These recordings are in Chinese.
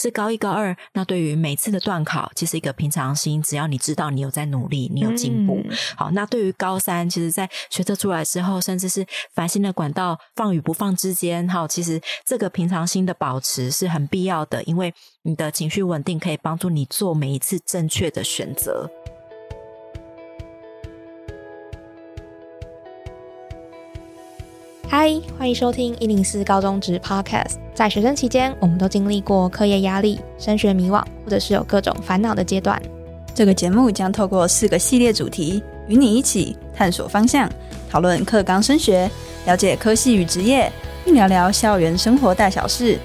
是高一高二，那对于每次的段考其实一个平常心，只要你知道你有在努力，你有进步。好，那对于高三，其实在学测出来之后，甚至是繁星的管道放与不放之间，好，其实这个平常心的保持是很必要的，因为你的情绪稳定可以帮助你做每一次正确的选择。 嗨，欢迎收听104高中职 Podcast。 在学生期间，我们都经历过课业压力、升学迷惘，或者是有各种烦恼的阶段。 这个节目将透过4个系列主题，与你一起探索方向，讨论课纲升学，了解科系与职业，并聊聊校园生活大小事。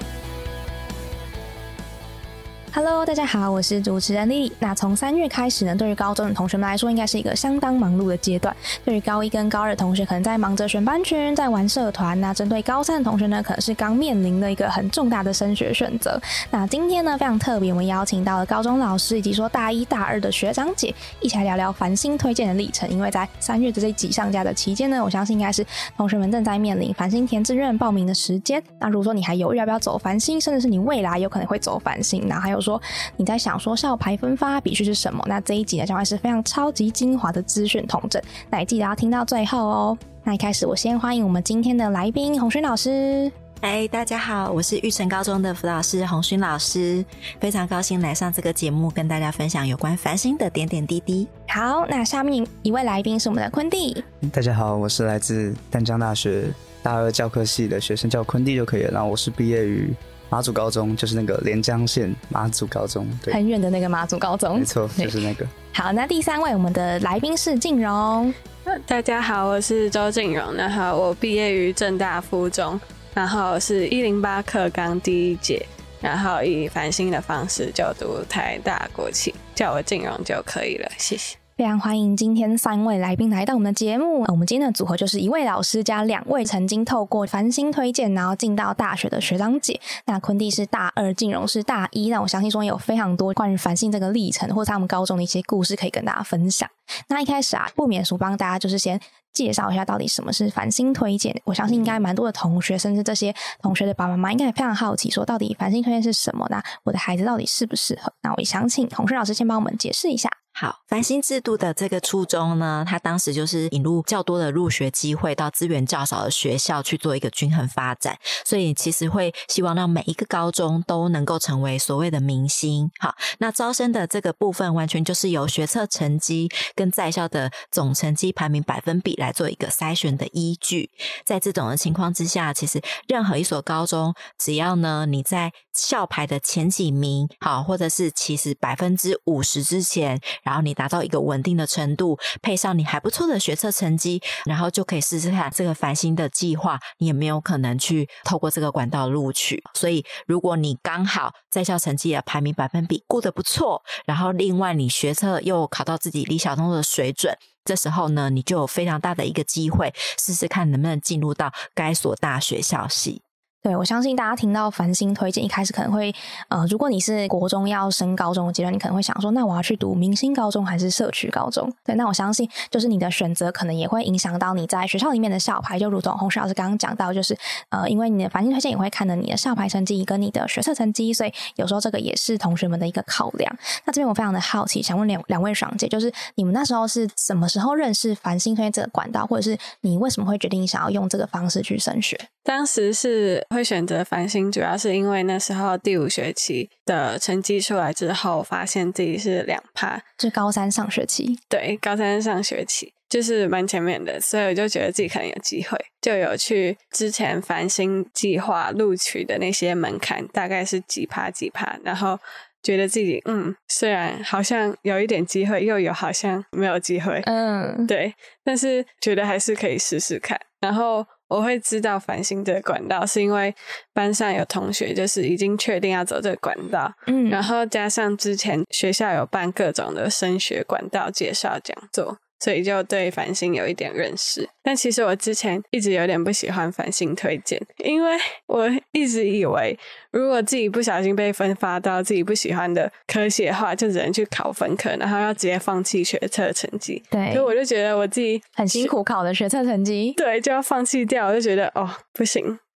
Hello， 大家好，我是主持人 Lily。那从3月开始呢，对于高中的同学们来说，应该是一个相当忙碌的阶段。对于高1跟高2的同学，可能在忙着选班群，在玩社团。那针对高3的同学呢，可能是刚面临的一个很重大的升学选择。那今天呢，非常特别，我们邀请到了高中老师以及说大1、大2的学长姐，一起来聊聊繁星推荐的历程。因为在3月这集上架的期间呢，我相信应该是同学们正在面临繁星填志愿报名的时间。那如果说你还犹豫要不要走繁星，甚至是你未来有可能会走繁星，那还有说你在想说校牌分发比序是什么，那这一集呢将会是非常超级精华的资讯统整，那也记得要听到最后哦。那一开始我先欢迎我们今天的来宾洪勋老师。 嗨，大家好，我是育成高中的辅导师洪勋老师，非常高兴来上这个节目，跟大家分享有关繁星的点点滴滴。 好，那下面一位来宾是我们的坤弟。 大家好，我是来自淡江大学大2教科系的学生，叫坤弟就可以了。然后我是毕业于马祖高中，就是那个连江县马祖高中，对， 很远的那个马祖高中， 没错，就是那个。 好，那第3位我们的来宾是静蓉。 大家好，我是周静蓉，然后我毕业于政大附中，然后是108课纲第1届，然后以繁星的方式就读台大国企，叫我静蓉就可以了，谢谢。 非常欢迎今天3位来宾来到我们的节目。我们今天的组合就是1位老师加2位曾经透过繁星推荐然后进到大学的学长姐。那坤弟是大2，静蓉是大1。那我相信说有非常多关于繁星这个历程或者他们高中的一些故事可以跟大家分享。那一开始不免俗帮大家就是先介绍一下到底什么是繁星推荐。我相信应该蛮多的同学甚至这些同学的爸爸妈妈应该也非常好奇说到底繁星推荐是什么，那我的孩子到底适不适合。那我也想请洪勋老师先帮我们解释一下。 好，繁星制度的这个初衷呢，它当时就是引入较多的入学机会到资源较少的学校去做一个均衡发展，所以其实会希望让每一个高中都能够成为所谓的明星。好，那招生的这个部分完全就是由学测成绩跟在校的总成绩排名百分比来做一个筛选的依据。在这种的情况之下，其实任何一所高中只要呢你在校排的前几名，好，或者是其实50%之前，然后你达到一个稳定的程度，配上你还不错的学测成绩，然后就可以试试看这个繁星的计划，你也没有可能去透过这个管道录取。所以如果你刚好在校成绩的排名百分比顾得不错，然后另外你学测又考到自己理想中的水准，这时候呢你就有非常大的一个机会试试看能不能进入到该所大学校系。 对，我相信大家听到繁星推荐一开始可能会如果你是国中要升高中的阶段，你可能会想说那我要去读明星高中还是社区高中。对，那我相信就是你的选择可能也会影响到你在学校里面的校牌，就如同洪勋老师刚刚讲到，就是因为你的繁星推荐也会看的你的校牌成绩跟你的学测成绩，所以有时候这个也是同学们的一个考量。那这边我非常的好奇，想问两位爽姐，就是你们那时候是什么时候认识繁星推荐这个管道，或者是你为什么会决定想要用这个方式去升学？ 当时是会选择繁星，主要是因为那时候第5学期的成绩出来之后，发现自己是2%， 就高3上学期。 对，高3上学期就是蛮前面的，所以我就觉得自己可能有机会，就有去之前繁星计划录取的那些门槛，大概是几%，然后觉得自己虽然好像有一点机会，又有好像没有机会，对，但是觉得还是可以试试看。然后我会知道繁星这个管道是因为班上有同学就是已经确定要走这个管道，然后加上之前学校有办各种的升学管道介绍讲座，所以就对繁星有一点认识。但其实我之前一直有点不喜欢繁星推荐，因为我一直以为如果自己不小心被分发到自己不喜欢的科系的话，就只能去考分科，然后要直接放弃学测成绩。 对， 所以我就觉得我自己很辛苦考的学测成绩， 对，就要放弃掉。我就觉得不行，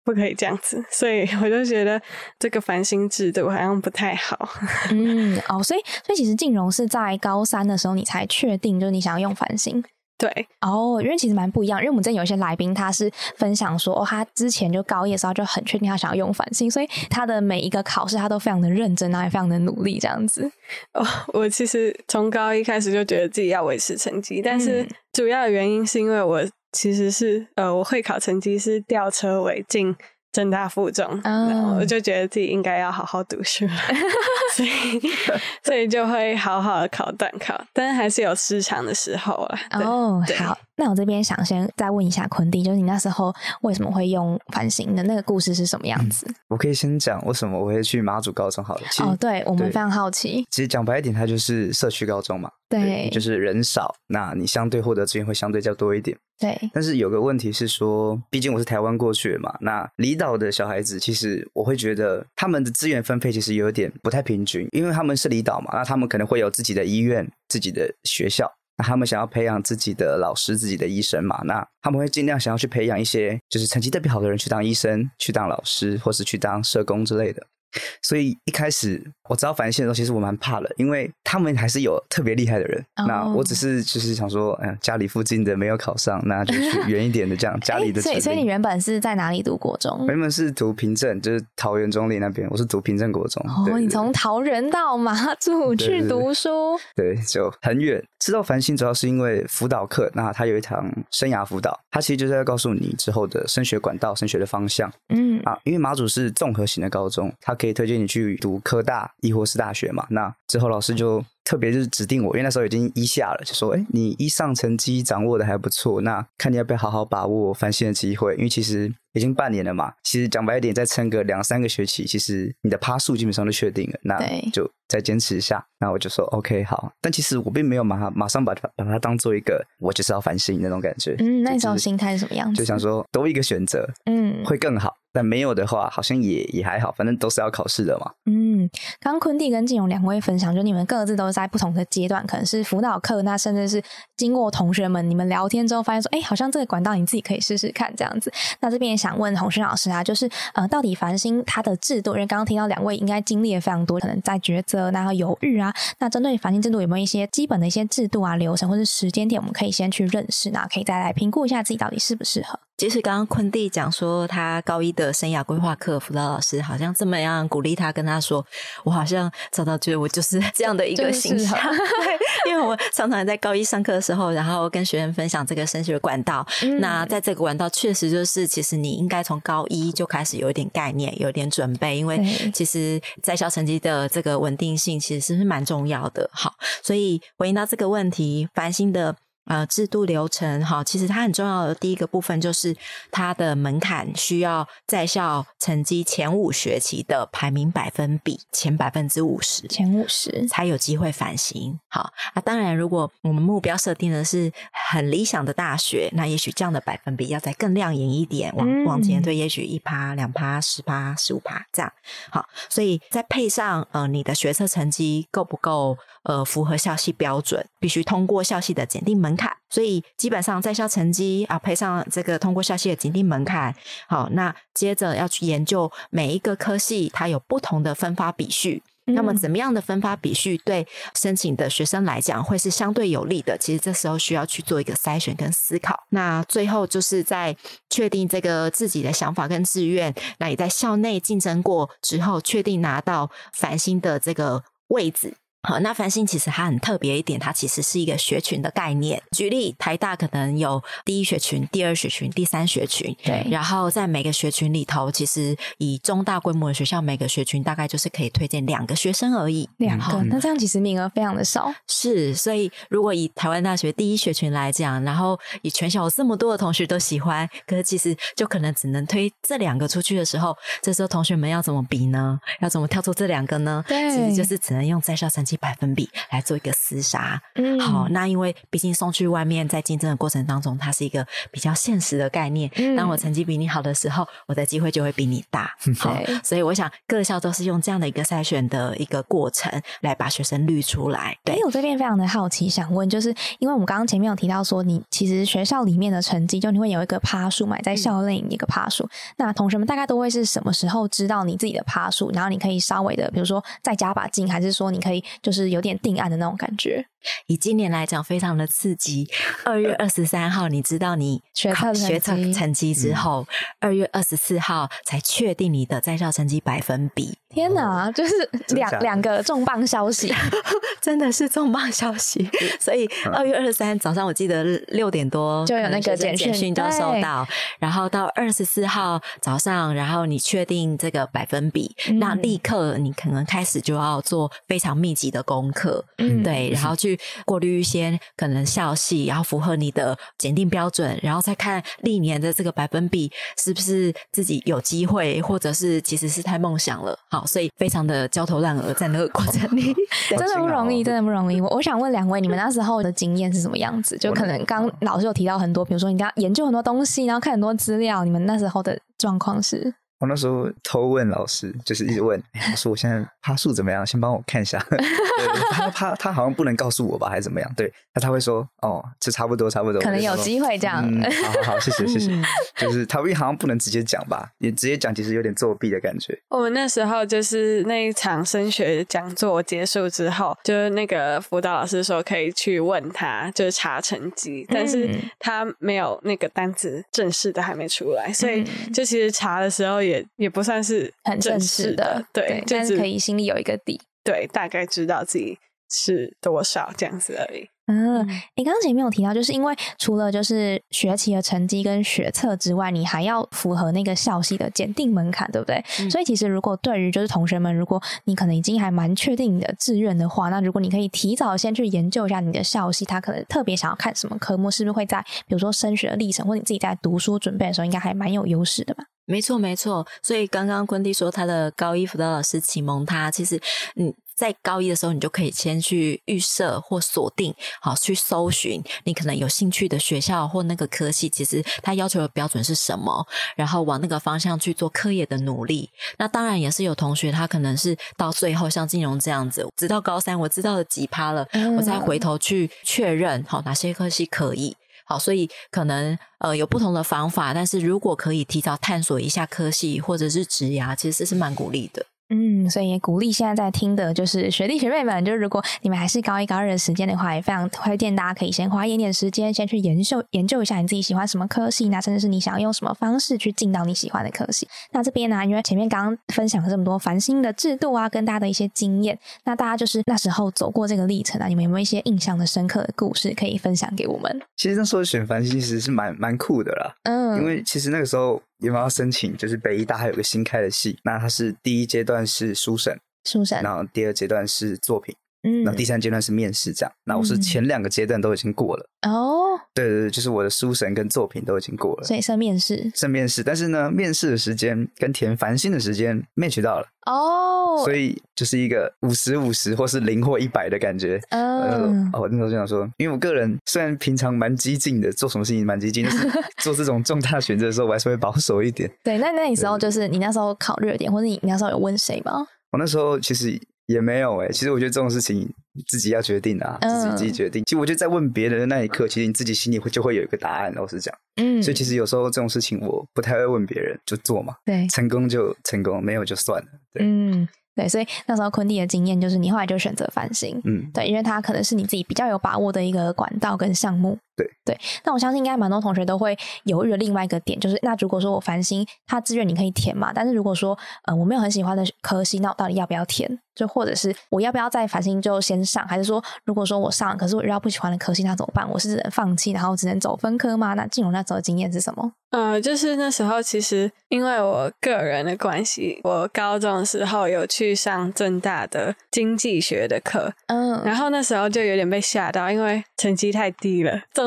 不可以这样子，所以我就觉得这个繁星制度好像不太好。 所以其实靖荣是在高3的时候你才确定就是你想要用繁星。 对因为其实蛮不一样，因为我们之前有一些来宾他是分享说他之前就高1的时候就很确定他想要用繁星，所以他的每一个考试他都非常的认真，然后也非常的努力这样子。 我其实从高1开始就觉得自己要维持成绩，但是主要的原因是因为我其实是我会考成绩是吊车尾进政大附中，然后我就觉得自己应该要好好读书了所以就会好好的考段考，但是还是有失常的时候啦。 好，那我这边想先再问一下坤弟，就是你那时候为什么会用繁星的那个故事是什么样子？ 我可以先讲为什么我会去马祖高中好了。 对，我们非常好奇。 其实讲白一点，它就是社区高中嘛， 对， 就是人少，那你相对获得资源会相对较多一点。 对， 但是有个问题是说，毕竟我是台湾过去的嘛，那离岛的小孩子，其实我会觉得他们的资源分配其实有点不太平均，因为他们是离岛嘛，那他们可能会有自己的医院、自己的学校，那他们想要培养自己的老师、自己的医生嘛，那他们会尽量想要去培养一些就是成绩特别好的人去当医生、去当老师，或是去当社工之类的。所以一开始我知道繁星的时候，其实我蛮怕的，因为他们还是有特别厉害的人。那我只是就是想说，家里附近的没有考上，那就去远一点的这样家里的指令。 所以你原本是在哪里读国中？ 原本是读平镇，就是桃园中立那边，我是读平镇国中。 你从桃园到马祖去读书， 对，就很远。知道繁星主要是因为辅导课，那它有一堂生涯辅导，它其实就是在告诉你之后的升学管道、升学的方向。因为马祖是综合型的高中，它可以推荐你去读科大亦或是大学嘛。那之后老师就特别就是指定我，因为那时候已经1下了，就说你1上成绩掌握的还不错，那看你要不要好好把握繁星的机会，因为其实已经半年了嘛，其实讲白一点再撑个2-3个学期，其实你的趴数基本上都确定了，那就再坚持一下。那我就说 OK 好，但其实我并没有马上把它当做一个我就是要繁星那种感觉。 那时候心态是什么样子？ 就想说多一个选择会更好，但没有的话好像也还好，反正都是要考试的嘛。 刚刚坤弟跟靖荣两位分享，就你们各自都是在不同的阶段，可能是辅导课，那甚至是经过同学们你们聊天之后发现说好像这个管道你自己可以试试看这样子。那这边也想问洪勋老师啊，就是到底繁星它的制度，因为刚刚听到两位应该经历了非常多，可能在抉择然后犹豫啊，那针对繁星制度有没有一些基本的一些制度啊流程或是时间点我们可以先去认识，那可以再来评估一下自己到底适不适合。 其实刚刚坤弟讲说他高1的生涯规划课辅导老师好像这么样鼓励他，跟他说我好像找到觉得我就是这样的一个形象对，因为我常常在高1上课的时候，然后跟学员分享这个升学管道，那在这个管道确实就是其实你应该从高1就开始有一点概念，有一点准备，因为其实在校成绩的这个稳定性其实是蛮重要的。好，所以回应到这个问题，繁星的制度流程其实它很重要的第一个部分就是它的门槛需要在校成绩前5学期的排名百分比前50%， 前50 才有机会繁星。好当然如果我们目标设定的是很理想的大学，那也许这样的百分比要再更亮眼一点，往前推也许 1%、2%、10%、15%这样。好，所以再配上你的学测成绩够不够符合校系标准，必须通过校系的检定门槛，所以基本上在校成绩配上这个通过校系的检定门槛。好，那接着要去研究每一个科系它有不同的分发比序，那么怎么样的分发比序对申请的学生来讲会是相对有利的，其实这时候需要去做一个筛选跟思考。那最后就是在确定这个自己的想法跟志愿，那也在校内竞争过之后确定拿到繁星的这个位置。好，那繁星其实它很特别一点，它其实是一个学群的概念。举例，台大可能有第1学群、第2学群、第3学群，对。然后在每个学群里头，其实以中大规模的学校，每个学群大概就是可以推荐2个学生而已。 2个，那这样其实名额非常的少。 是，所以如果以台湾大学第1学群来讲，然后以全校有这么多的同学都喜欢，可是其实就可能只能推这2个出去的时候，这时候同学们要怎么比呢？要怎么跳出这2个呢？对，其实就是只能用在校成绩百分比来做一个厮杀。好，那因为毕竟送去外面在竞争的过程当中，它是一个比较现实的概念。当我成绩比你好的时候，我的机会就会比你大。好，所以我想各校都是用这样的一个筛选的一个过程来把学生滤出来。对， 我这边非常的好奇想问，就是因为我们刚刚前面有提到说，你其实学校里面的成绩就你会有一个趴数嘛，在校内一个趴数，那同学们大概都会是什么时候知道你自己的趴数，然后你可以稍微的比如说再加把劲，还是说你可以就是有点定案的那种感觉？ 以今年来讲非常的刺激，2月23号你知道你学测成绩之后，2月24号才确定你的在校成绩百分比。 天哪，就是两个重磅消息真的是重磅消息。所以2月23早上我记得6点多就有那个简讯就收到，然后到24号早上，然后你确定这个百分比，那立刻你可能开始就要做非常密集的功课，对，然后去过滤一些可能校系，然后符合你的检定标准，然后再看历年的这个百分比是不是自己有机会，或者是其实是太梦想了。好，所以非常的焦头烂额在那个过程里真的不容易，真的不容易。我想问两位，你们那时候的经验是什么样子？就可能刚老师有提到很多，比如说你刚研究很多东西，然后看很多资料，你们那时候的状况是？ 我那时候偷问老师，就是一直问老师我现在趴数怎么样，先帮我看一下他好像不能告诉我吧还是怎么样，对，他会说哦这差不多可能有机会这样好谢谢就是他好像不能直接讲吧，也直接讲其实有点作弊的感觉。 我们那时候就是那一场升学讲座结束之后，就是那个辅导老师说可以去问他就是查成绩，但是他没有那个单子正式的还没出来，所以就其实查的时候也不算是很正式的，对，但是可以心里有一个底， 对，大概知道自己是多少这样子而已。 你刚刚前面有提到，就是因为除了就是学期的成绩跟学测之外，你还要符合那个校系的检定门槛，对不对？所以其实如果对于就是同学们，如果你可能已经还蛮确定你的志愿的话，那如果你可以提早先去研究一下你的校系，他可能特别想要看什么科目，是不是会在比如说升学的历程或者你自己在读书准备的时候，应该还蛮有优势的吧？ 没错，所以刚刚坤弟说他的高一辅导老师启蒙他，其实在高一的时候你就可以先去预设或锁定，好，去搜寻你可能有兴趣的学校或那个科系，其实他要求的标准是什么，然后往那个方向去做课业的努力。那当然也是有同学他可能是到最后像金融这样子，直到高3我知道了几趴了，我再回头去确认好哪些科系可以。好，所以可能有不同的方法，但是如果可以提早探索一下科系或者是职涯，其实是蛮鼓励的。 所以也鼓励现在在听的就是学弟学妹们，就是如果你们还是高一高二的时间的话，也非常推荐大家可以先花一点点时间先去研究一下你自己喜欢什么科系，那甚至是你想要用什么方式去进到你喜欢的科系。那这边呢，因为前面刚刚分享了这么多繁星的制度啊，跟大家的一些经验，那大家就是那时候走过这个历程啊，你们有没有一些印象的深刻的故事可以分享给我们？ 其实那时候选繁星其实是蛮酷的啦，因为其实那个时候有没有要申请，就是北医大还有个新开的系，那它是第一阶段是书审，然后第二阶段是作品，然后第三阶段是面试这样。那我是前2个阶段都已经过了。对，就是我的书审跟作品都已经过了， 所以剩面试， 但是呢，面试的时间跟填繁星的时间match到了所以就是一个50-50或是0或100的感觉。我那时候就想说，因为我个人虽然平常蛮激进的，做什么事情蛮激进，但是做这种重大选择的时候我还是会保守一点。 对，那你时候就是你那时候考虑了点，或者你那时候有问谁吗？ 我那时候其实也没有其实我觉得这种事情自己要决定啊，自己决定。其实我觉得在问别人的那一刻，其实你自己心里就会有一个答案，老实讲。所以其实有时候这种事情我不太会问别人，就做嘛。 对， 成功就成功，没有就算了。对， 对，所以那时候坤弟的经验就是你后来就选择繁星，对，因为它可能是你自己比较有把握的一个管道跟项目。对，那我相信应该蛮多同学都会犹豫的另外一个点，就是那如果说我繁星它志愿你可以填嘛，但是如果说我没有很喜欢的科系，那我到底要不要填？就或者是我要不要在繁星就先上，还是说如果说我上了，可是我遇到不喜欢的科系，那怎么办？我是只能放弃，然后只能走分科吗？那静蓉那时候的经验是什么？ 就是那时候其实因为我个人的关系，我高中的时候有去上政大的经济学的课，然后那时候就有点被吓到，因为成绩太低了，重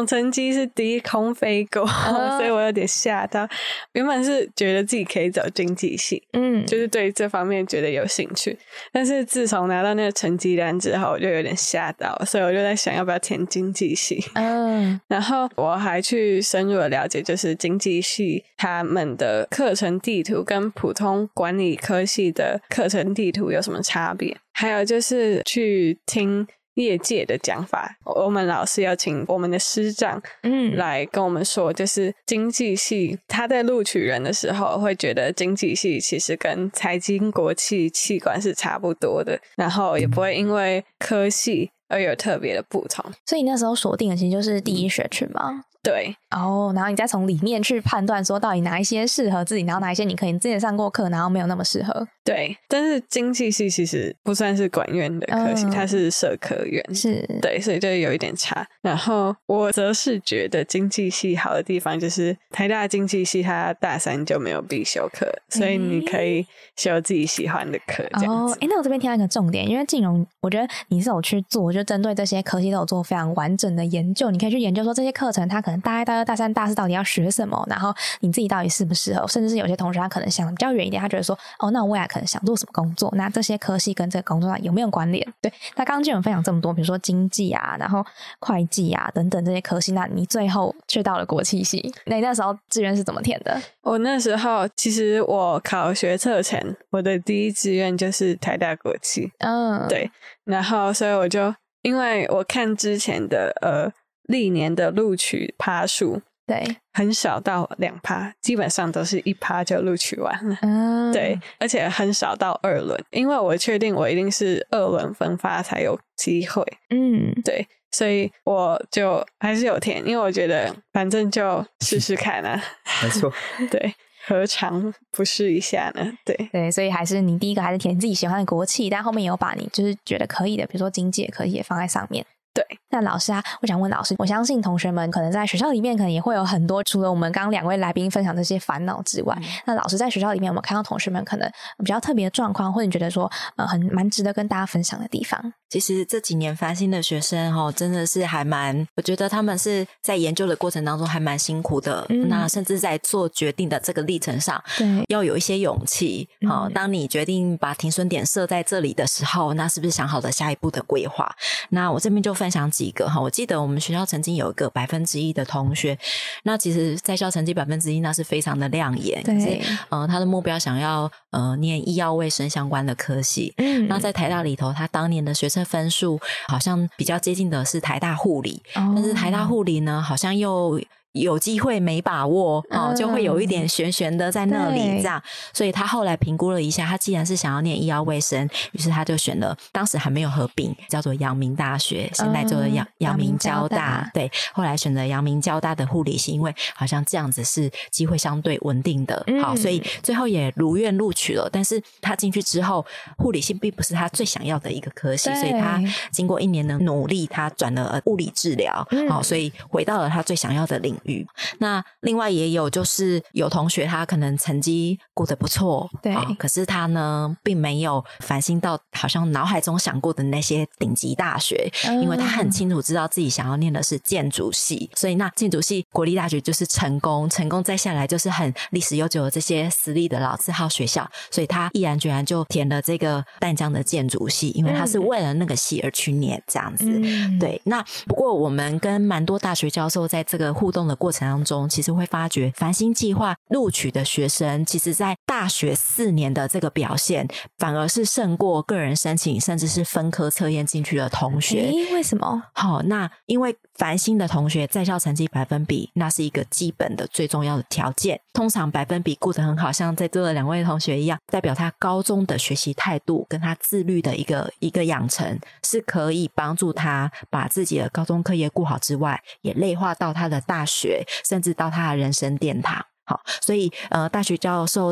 种成绩是低空飞过，所以我有点吓到。原本是觉得自己可以走经济系，就是对这方面觉得有兴趣，但是自从拿到那个成绩单之后，我就有点吓到，所以我就在想要不要填经济系。然后我还去深入的了解，就是经济系他们的课程地图跟普通管理科系的课程地图有什么差别，还有就是去听业界的讲法。我们老师要请我们的师长来跟我们说，就是经济系他在录取人的时候会觉得经济系其实跟财经国企企管是差不多的，然后也不会因为科系而有特别的不同。 所以你那时候锁定的其实就是第一学群吗？ 对， 然后你再从里面去判断说到底哪一些适合自己，然后哪一些你可能之前上过课然后没有那么适合。 对，但是经济系其实不算是管院的科系，它是社科院， 是， 对，所以就有一点差。然后我则是觉得经济系好的地方就是台大经济系它大三就没有必修课，所以你可以修自己喜欢的课这样子。 那我这边听到一个重点，因为金融我觉得你是有去做，就针对这些科系都有做非常完整的研究，你可以去研究说这些课程它可能大一、大二、大三、大四到底要学什么，然后你自己到底适不适合，甚至是有些同学他可能想的比较远一点，他觉得说那我未来可能想做什么工作，那这些科系跟这个工作上有没有关联。对，那刚刚金融分享这么多，比如说经济啊，然后会计啊等等这些科系，那你最后去到了国企系，那你那时候志愿是怎么填的？ 我那时候其实我考学测前我的第一志愿就是台大国企，对，然后所以我就因为我看之前的历年的录取趴数， 对， 很少到2%，基本上都是1%就录取完了。对，而且很少到2轮，因为我确定我一定是2轮分发才有机会。对，所以我就还是有填，因为我觉得反正就试试看啊。 没错， 对，何尝不试一下呢？对， 所以还是你第一个还是填自己喜欢的国企，但后面有把你就是觉得可以的，比如说经济也可以也放在上面。 对， 那老师啊，我想问老师，我相信同学们可能在学校里面可能也会有很多，除了我们刚刚2位来宾分享这些烦恼之外，那老师在学校里面有没有看到同学们可能比较特别的状况，或者你觉得说蛮值得跟大家分享的地方？ 其实这几年繁星的学生真的是还蛮，我觉得他们是在研究的过程当中还蛮辛苦的，那甚至在做决定的这个历程上，对，要有一些勇气。当你决定把停损点设在这里的时候，那是不是想好了下一步的规划？那我这边就分享几个我记得我们学校曾经有一个1%的同学，那其实在校成绩1%那是非常的亮眼，对，他的目标想要念医药卫生相关的科系，那在台大里头，他当年的学测分数好像比较接近的是台大护理，但是台大护理呢好像又有机会没把握就会有一点悬悬的在那里这样，所以他后来评估了一下，他既然是想要念医药卫生，于是他就选了当时还没有合并叫做阳明大学，现在做阳明交大，对，后来选择阳明交大的护理系，因为好像这样子是机会相对稳定的，好，所以最后也如愿录取了。但是他进去之后，护理系并不是他最想要的一个科系，所以他经过1年的努力，他转了物理治疗，好，所以回到了他最想要的领域。那另外也有就是有同学他可能成绩过得不错，对，可是他呢并没有繁星到好像脑海中想过的那些顶级大学，因为他很清楚知道自己想要念的是建筑系，所以那建筑系国立大学就是成功再下来就是很历史悠久的这些私立的老字号学校，所以他毅然决然就填了这个淡江的建筑系，因为他是为了那个系而去念这样子。对，那不过我们跟蛮多大学教授在这个互动的过程当中，其实会发觉繁星计划录取的学生，其实在大学4年的这个表现反而是胜过个人申请甚至是分科测验进去的同学。 为什么？ 好，那因为繁星的同学在校成绩100%比，那是一个基本的最重要的条件，通常100%比顾得很好，像在座的2位同学一样，代表他高中的学习态度跟他自律的一个养成，是可以帮助他把自己的高中课业顾好之外，也内化到他的大学，甚至到他的人生殿堂。好，所以大学教授在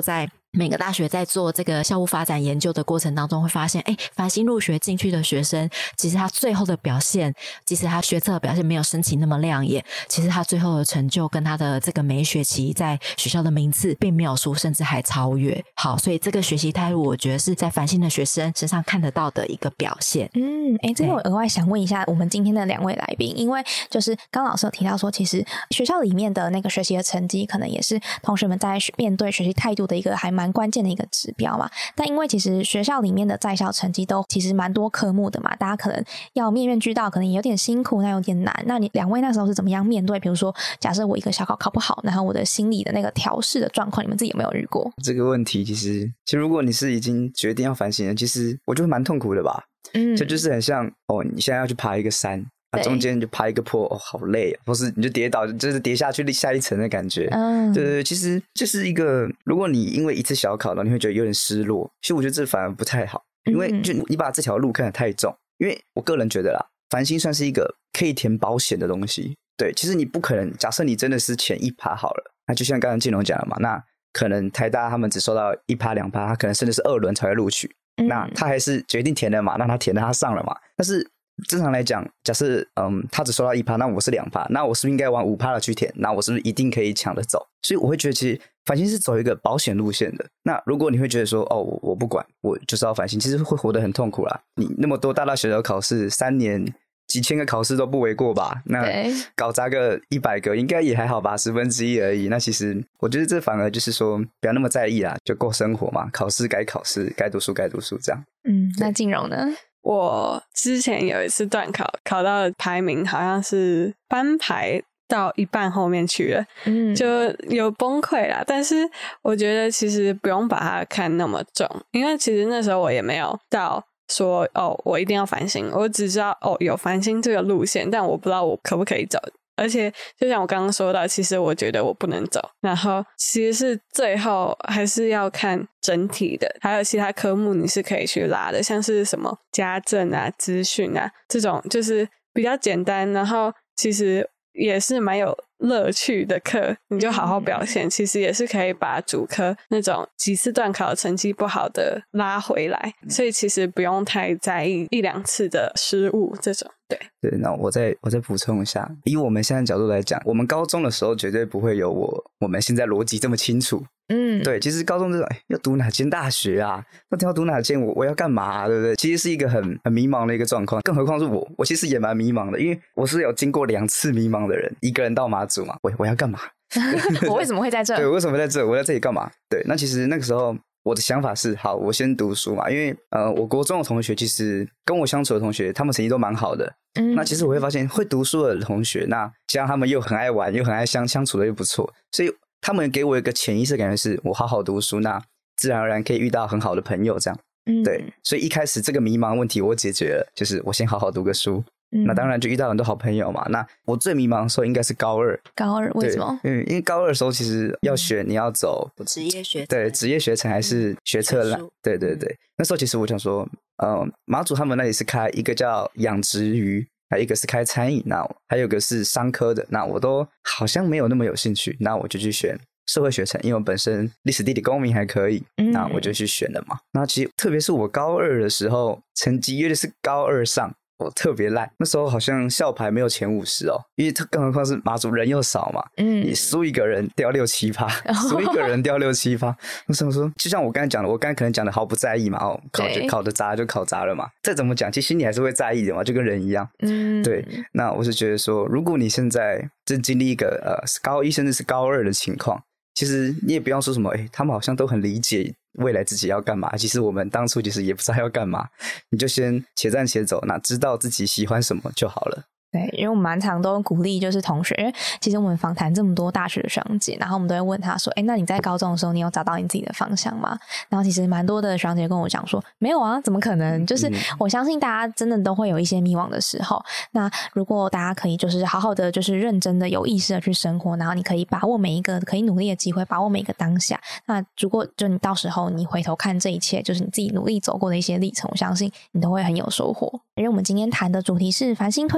每个大学在做这个校务发展研究的过程当中会发现，繁星入学进去的学生，其实他最后的表现，即使他学测的表现没有申请那么亮眼，其实他最后的成就跟他的这个每一学期在学校的名次并没有输，甚至还超越。好，所以这个学习态度我觉得是在繁星的学生身上看得到的一个表现。 这个我额外想问一下我们今天的2位来宾，因为就是刚老师有提到说，其实学校里面的那个学习的成绩可能也是同学们在面对学习态度的一个还蛮关键的一个指标嘛。但因为其实学校里面的在校成绩都其实蛮多科目的嘛，大家可能要面面俱到，可能也有点辛苦，那有点难。那你2位那时候是怎么样面对？比如说假设我一个小考考不好，然后我的心理的那个调试的状况，你们自己有没有遇过？ 这个问题其实如果你是已经决定要反省的，其实我觉得蛮痛苦的吧。这就是很像你现在要去爬一个山中间就爬一个坡，好累，或是你就跌倒，就是跌下去下一层的感觉。对，其实就是一个，如果你因为一次小考呢，你会觉得有点失落，其实我觉得这反而不太好，因为就你把这条路看得太重。因为我个人觉得啦，繁星算是一个可以填保险的东西。对，其实你不可能，假设你真的是前1%好了，那就像刚刚建龙讲的嘛，那可能台大他们只收到1%、2%，他可能甚至是2轮才会录取。那他还是决定填了嘛，那他填了他上了嘛。但是正常来讲，假设他只收到1%，那我是2%，那我是不是应该往5%的去填？那我是不是一定可以抢得走？所以我会觉得其实繁星是走一个保险路线的。那如果你会觉得说我不管，我就是要繁星，其实会活得很痛苦啦。你那么多大大小小考试，3年几千个考试都不为过吧？那搞砸个100个应该也还好吧，1/10而已。那其实我觉得这反而就是说不要那么在意啦，就过生活嘛，考试该考试，该读书该读书这样。 那静蓉呢？ 我之前有一次段考，考到的排名好像是班排到一半后面去了，就有崩溃啦。但是我觉得其实不用把它看那么重，因为其实那时候我也没有到说我一定要繁星，我只知道有繁星这个路线，但我不知道我可不可以走。而且就像我刚刚说到，其实我觉得我不能走，然后其实是最后还是要看整体的，还有其他科目你是可以去拉的，像是什么家政啊、资讯啊这种，就是比较简单，然后其实也是蛮有乐趣的课，你就好好表现，其实也是可以把主科那种几次段考成绩不好的拉回来，所以其实不用太在意1-2次的失误这种。对， 那我再补充一下，以我们现在角度来讲，我们高中的时候绝对不会有我们现在逻辑这么清楚。对，其实高中这种要读哪间大学啊，要读哪间，我要干嘛啊，对不对？其实是一个很迷茫的一个状况，更何况是我其实也蛮迷茫的，因为我是有经过2次迷茫的人，一个人到马祖嘛，我要干嘛？ 我为什么会在这？ 对，为什么在这？我在这里干嘛？对，那其实那个时候我的想法是，好，我先读书嘛，因为我国中的同学其实跟我相处的同学，他们成绩都蛮好的。那其实我会发现，会读书的同学，那加上他们又很爱玩，又很爱相处的又不错，所以他们给我一个潜意识感觉是，我好好读书，那自然而然可以遇到很好的朋友，这样。对，所以一开始这个迷茫问题我解决了，就是我先好好读个书。那当然就遇到很多好朋友嘛。那我最迷茫的时候应该是高二。 为什么？ 因为高二的时候其实要选你要走职业学程， 对，职业学程还是学测啦。对，那时候其实我想说马祖他们那里是开一个叫养殖鱼，还有一个是开餐饮，那还有一个是商科的，那我都好像没有那么有兴趣，那我就去选社会学程，因为我本身历史地理公民还可以，那我就去选了嘛。那其实特别是我高二的时候，成绩尤其是高二上我特别烂，那时候好像校排没有前50哦，因为更何况是马祖人又少嘛，你输一个人掉6-7%，输一个人掉6-7%。那时候说，就像我刚才讲的，我刚才可能讲的毫不在意嘛，考的砸就考砸了嘛，再怎么讲，其实心里还是会在意的嘛，就跟人一样。对，那我是觉得说，如果你现在正经历一个高1甚至是高2的情况，其实你也不要说什么他们好像都很理解未来自己要干嘛，其实我们当初其实也不知道要干嘛，你就先且战且走，那知道自己喜欢什么就好了。 对，因为我们蛮常都鼓励就是同学，因为其实我们访谈这么多大学的学长姐，然后我们都会问他说那你在高中的时候你有找到你自己的方向吗？然后其实蛮多的学长姐跟我讲说没有啊，怎么可能，就是我相信大家真的都会有一些迷惘的时候，那如果大家可以就是好好的就是认真的有意识的去生活，然后你可以把握每一个可以努力的机会，把握每一个当下，那如果就你到时候你回头看这一切，就是你自己努力走过的一些历程，我相信你都会很有收获。因为我们今天谈的主题是繁星推荐嘛，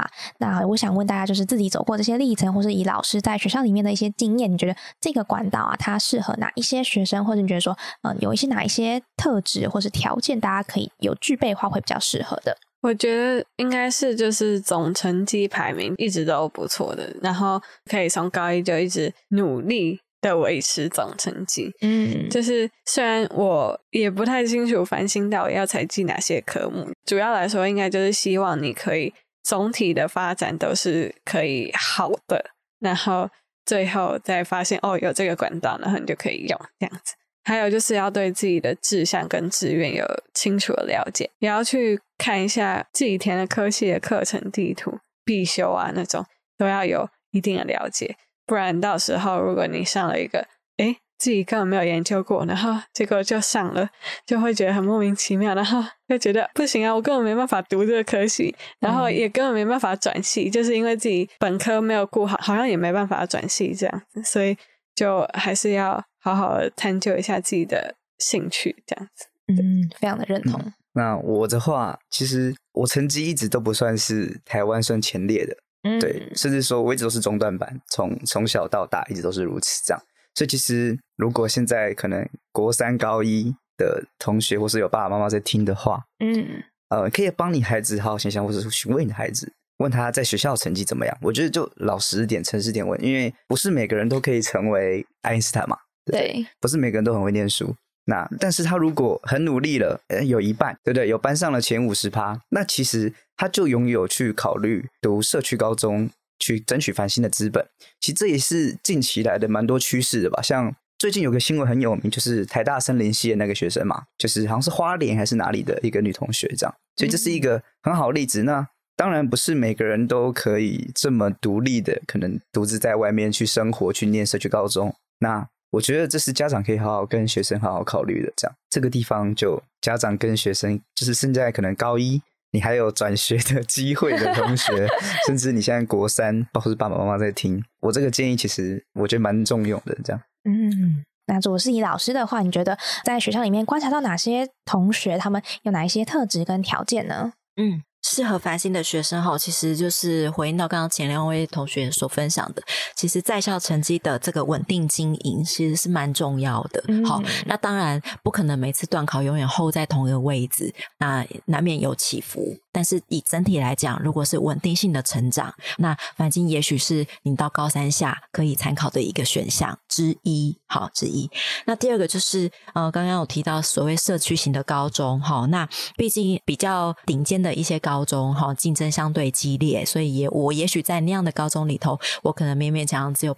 那我想问大家，就是自己走过这些历程，或是以老师在学校里面的一些经验，你觉得这个管道啊，它适合哪一些学生，或者你觉得说有哪一些特质或是条件大家可以有具备的话会比较适合的？ 我觉得应该是就是总成绩排名一直都不错的，然后可以从高一就一直努力的维持总成绩。就是虽然我也不太清楚繁星到底要采集哪些科目，主要来说应该就是希望你可以总体的发展都是可以好的，然后最后再发现有这个管道，然后你就可以用这样子。还有就是要对自己的志向跟志愿有清楚的了解，也要去看一下自己填的科系的课程地图、必修啊那种都要有一定的了解，不然到时候如果你上了一个自己根本没有研究过，然后结果就上了，就会觉得很莫名其妙，然后就觉得不行啊，我根本没办法读这个科系，然后也根本没办法转系，就是因为自己本科没有顾好，好像也没办法转系这样子，所以就还是要好好的探究一下自己的兴趣这样子。 非常的认同。 那我的话，其实我成绩一直都不算是台湾算前列的，对，甚至说我一直都是中段班，从小到大一直都是如此这样。所以其实如果现在可能国3高1的同学或是有爸爸妈妈在听的话，可以帮你孩子好好想想，或者是询问你的孩子，问他在学校成绩怎么样。我觉得就老实点诚实点问，因为不是每个人都可以成为爱因斯坦嘛， 对，不是每个人都很会念书。那但是他如果很努力了，有一半，对不对？有班上了前 50%， 那其实他就拥有去考虑读社区高中，去争取繁星的资本。其实这也是近期来的蛮多趋势的吧。像最近有个新闻很有名，就是台大森林系的那个学生嘛，就是好像是花莲还是哪里的一个女同学这样。所以这是一个很好的例子。那当然不是每个人都可以这么独立的，可能独自在外面去生活，去念社区高中。那我觉得这是家长可以好好跟学生好好考虑的，这样这个地方就家长跟学生，就是现在可能高1你还有转学的机会的同学甚至你现在国3或是爸爸妈妈在听，我这个建议其实我觉得蛮重用的这样。 那如果是以老师的话，你觉得在学校里面观察到哪些同学他们有哪一些特质跟条件呢？ 适合繁星的学生其实就是回应到刚刚前2位同学所分享的，其实在校成绩的这个稳定经营其实是蛮重要的。好，那当然不可能每次段考永远hold在同一个位置，那难免有起伏，但是以整体来讲，如果是稳定性的成长，那繁星也许是你到高3下可以参考的一个选项之一。好，之一。那第二个就是刚刚有提到所谓社区型的高中，那毕竟比较顶尖的一些高中竞争相对激烈，所以我也许在那样的高中里头，我可能勉勉强强只有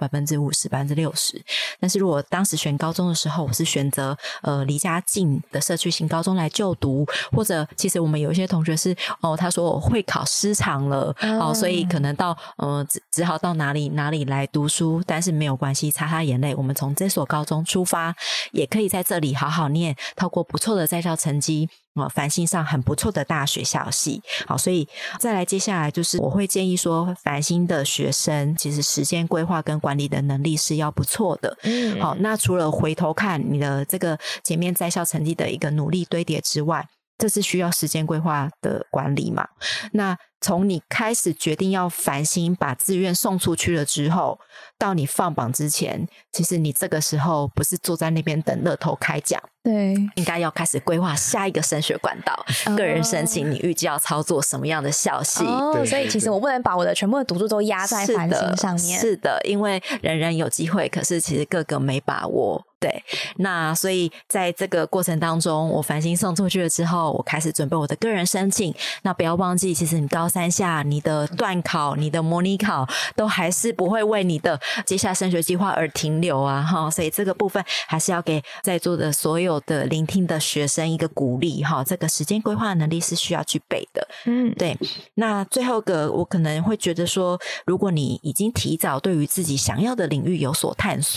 50%、60%。但是如果当时选高中的时候，我是选择离家近的社区型高中来就读，或者其实我们有一些同学是他说我会考失常了，所以可能到只好到哪里来读书，但是没有关系，擦擦眼泪，我们从这所高中出发，也可以在这里好好念，透过不错的在校成绩繁星上很不错的大学校系。好，所以再来接下来就是我会建议说，繁星的学生其实时间规划跟管理的能力是要不错的。好，那除了回头看你的这个前面在校成绩的一个努力堆叠之外，这是需要时间规划的管理嘛。那从你开始决定要繁星把志愿送出去了之后，到你放榜之前，其实你这个时候不是坐在那边等乐透开奖， 对， 应该要开始规划下一个升学管道，个人申请你预计要操作什么样的校系。 所以其实我不能把我的全部的赌注都压在繁星上面。 是的，因为人人有机会，可是其实个个没把握。对，那所以在这个过程当中，我繁星送出去了之后，我开始准备我的个人申请。那不要忘记，其实你高3下你的段考、你的模拟考都还是不会为你的接下来升学计划而停留啊，所以这个部分还是要给在座的所有的聆听的学生一个鼓励，这个时间规划能力是需要具备的。对。那最后一个我可能会觉得说，如果你已经提早对于自己想要的领域有所探索，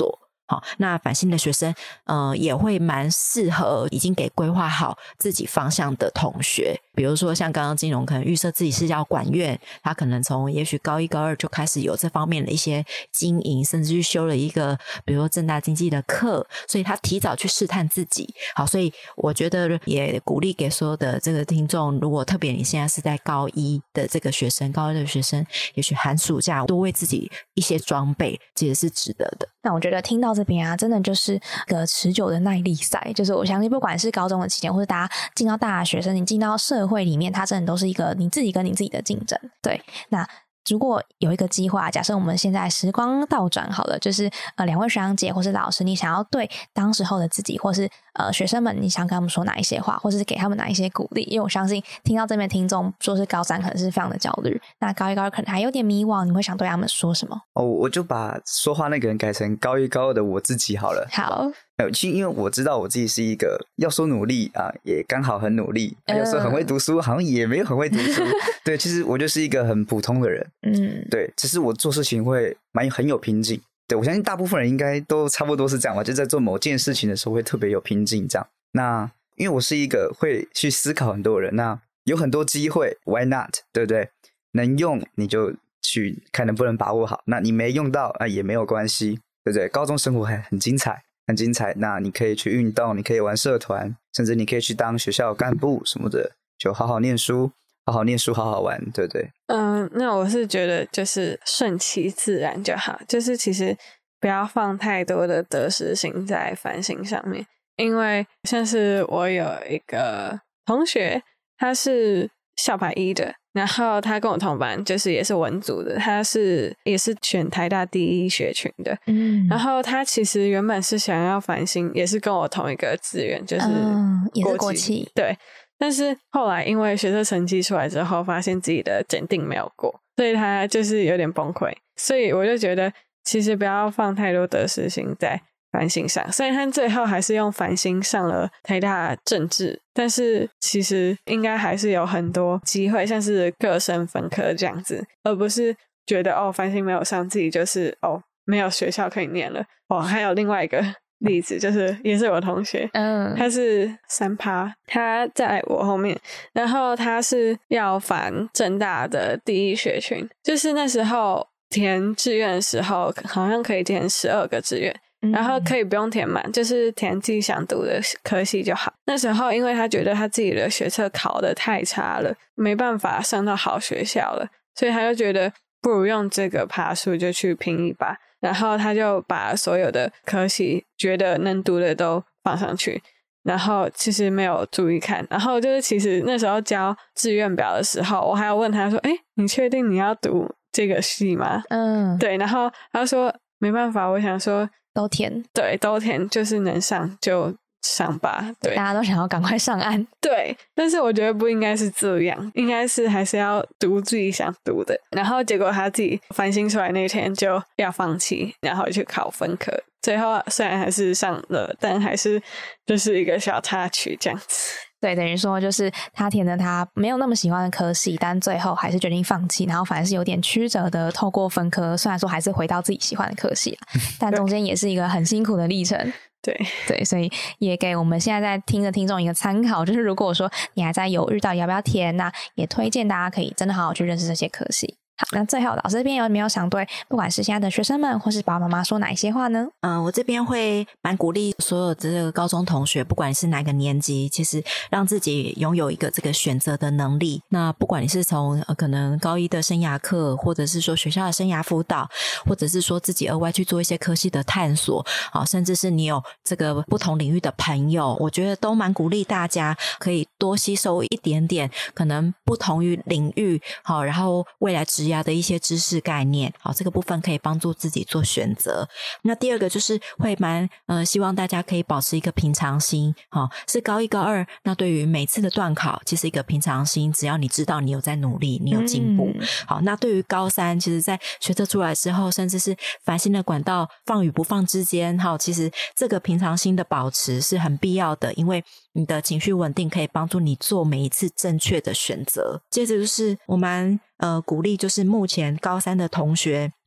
好，那繁星的学生也会蛮适合已经给规划好自己方向的同学，比如说像刚刚金融可能预设自己是要管院，他可能从也许高一高二就开始有这方面的一些经营，甚至去修了一个比如说政大经济的课，所以他提早去试探自己。好，所以我觉得也鼓励给所有的这个听众，如果特别你现在是在高一的这个学生，高一的学生也许寒暑假多为自己一些装备其实是值得的。 那我觉得听到这边啊，真的就是个持久的耐力赛，就是我相信不管是高中的期间或者大家进到大学生，你进到社会里面，它真的都是一个你自己跟你自己的竞争。对，那如果有一个计划，假设我们现在时光倒转好了，就是两位学长姐或是老师，你想要对当时候的自己或是学生们，你想跟他们说哪一些话，或是给他们哪一些鼓励？因为我相信听到这边听众说是高三可能是非常的焦虑，那高一高二可能还有点迷惘，你会想对他们说什么？ 我就把说话那个人改成高一高二的我自己好了。 好， 其实因为我知道我自己是一个要说努力啊，也刚好很努力，有时候很会读书，好像也没有很会读书。对，其实我就是一个很普通的人。对，只是我做事情会很有瓶颈。对，我相信大部分人应该都差不多是这样吧，就在做某件事情的时候会特别有瓶颈这样。那因为我是一个会去思考很多的人，那有很多机会 why not， 对不对？能用你就去看能不能把握好，那你没用到也没有关系，对不对？高中生活很精彩，很精彩，那你可以去运动，你可以玩社团，甚至你可以去当学校干部什么的，就好好念书，好好念书，好好玩，对不对？ 那我是觉得就是顺其自然就好，就是其实不要放太多的得失心在繁星上面，因为像是我有一个同学，他是校排1的，然后他跟我同班，就是也是文组的，他也是选台大第一学群的，然后他其实原本是想要繁星，也是跟我同一个志愿，就是也是国企， 对。但是后来因为学测成绩出来之后，发现自己的检定没有过，所以他就是有点崩溃。所以我就觉得，其实不要放太多得失心在繁星上。虽然他最后还是用繁星上了台大政治，但是其实应该还是有很多机会，像是各生分科这样子，而不是觉得繁星没有上，自己就是没有学校可以念了。还有另外一个例子，就是也是我同学，他是3%，他在我后面，然后他是要返政大的第一学群，就是那时候填志愿的时候好像可以填12个志愿，然后可以不用填满，就是填自己想读的科系就好。那时候因为他觉得他自己的学测考得太差了，没办法上到好学校了，所以他就觉得不如用这个爬数就去拼一把，然后他就把所有的科系觉得能读的都放上去，然后其实没有注意看，然后就是其实那时候交志愿表的时候，我还要问他说你确定你要读这个系吗？对，然后他说没办法，我想说都填， 对，都填，就是能上就上吧，对， 大家都想要赶快上岸， 对，但是我觉得不应该是这样，应该是还是要读自己想读的。然后结果他自己繁星出来那天就要放弃，然后去考分科，最后虽然还是上了，但还是就是一个小插曲这样子。 对，等于说就是他填的他没有那么喜欢的科系，但最后还是决定放弃，然后反而是有点曲折的透过分科，虽然说还是回到自己喜欢的科系但中间也是一个很辛苦的历程。对，所以也给我们现在在听的听众一个参考，就是如果说你还在犹豫到底要不要填，那也推荐大家可以真的好好去认识这些科系。好，那最后老师这边有没有想对不管是现在的学生们或是爸爸妈妈说哪一些话呢？ 我这边会蛮鼓励所有的这个高中同学，不管是哪个年级，其实让自己拥有一个这个选择的能力。那不管你是从可能高一的生涯课，或者是说学校的生涯辅导，或者是说自己额外去做一些科系的探索，甚至是你有这个不同领域的朋友，我觉得都蛮鼓励大家可以多吸收一点点可能不同于领域，然后未来职涯的一些知识概念，这个部分可以帮助自己做选择。那第二个就是会蛮希望大家可以保持一个平常心，是高一高二，那对于每次的段考其实一个平常心，只要你知道你有在努力，你有进步。好，那对于高三，其实在学测出来之后，甚至是繁星的管道放与不放之间，其实这个平常心的保持是很必要的，因为你的情绪稳定可以帮助你做每一次正确的选择。接着就是我蛮鼓励就是目前高三的同学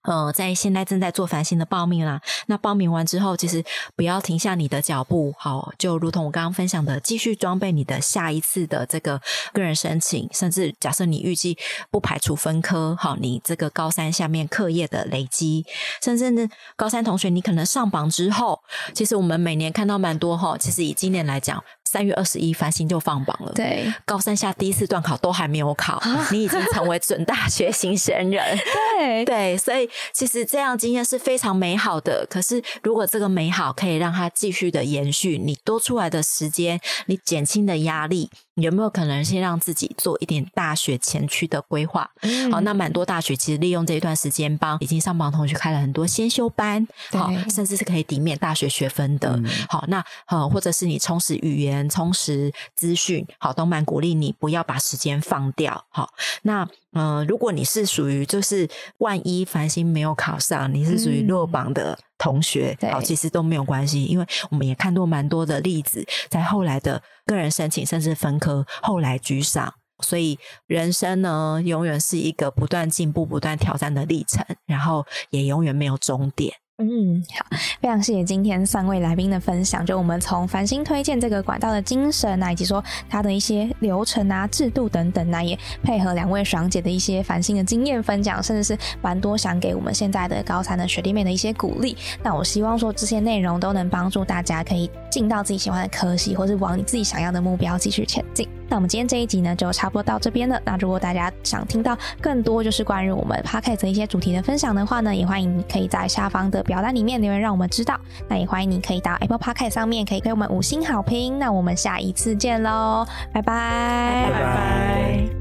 在现在正在做繁星的报名啦。那报名完之后，其实不要停下你的脚步，好，就如同我刚刚分享的，继续装备你的下一次的这个个人申请，甚至假设你预计不排除分科，好，你这个高三下面课业的累积，甚至呢高三同学你可能上榜之后，其实我们每年看到蛮多其实以今年来讲，3月21繁星就放榜了。 对， 高三下第一次段考都还没有考，你已经成为准大学新生人。对，所以其实这样经验是非常美好的。可是如果这个美好可以让它继续的延续，你多出来的时间，你减轻的压力，有没有可能先让自己做一点大学前区的规划？好，那蛮多大学其实利用这一段时间帮已经上榜同学开了很多先修班，好，甚至是可以抵免大学学分的。好，那或者是你充实语言、充实资讯，好，都蛮鼓励你不要把时间放掉。好，那如果你是属于就是万一繁星没有考上，你是属于落榜的同学，好，其实都没有关系，因为我们也看到蛮多的例子，在后来的个人申请甚至分科后来居上。所以人生呢，永远是一个不断进步、不断挑战的历程，然后也永远没有终点。 好，非常谢谢今天3位来宾的分享，就我们从繁星推荐这个管道的精神以及说它的一些流程制度等等也配合2位爽姐的一些繁星的经验分享，甚至是蛮多想给我们现在的高3的学弟妹的一些鼓励。那我希望说这些内容都能帮助大家可以进到自己喜欢的科系，或是往你自己想要的目标继续前进。那我们今天这一集呢就差不多到这边了。那如果大家想听到更多就是关于我们 Podcast 的一些主题的分享的话呢，也欢迎你可以在下方的表单里面留言让我们知道。那也欢迎你可以到 Apple Podcast 上面可以给我们5星好评。那我们下一次见咯，拜拜， 拜拜。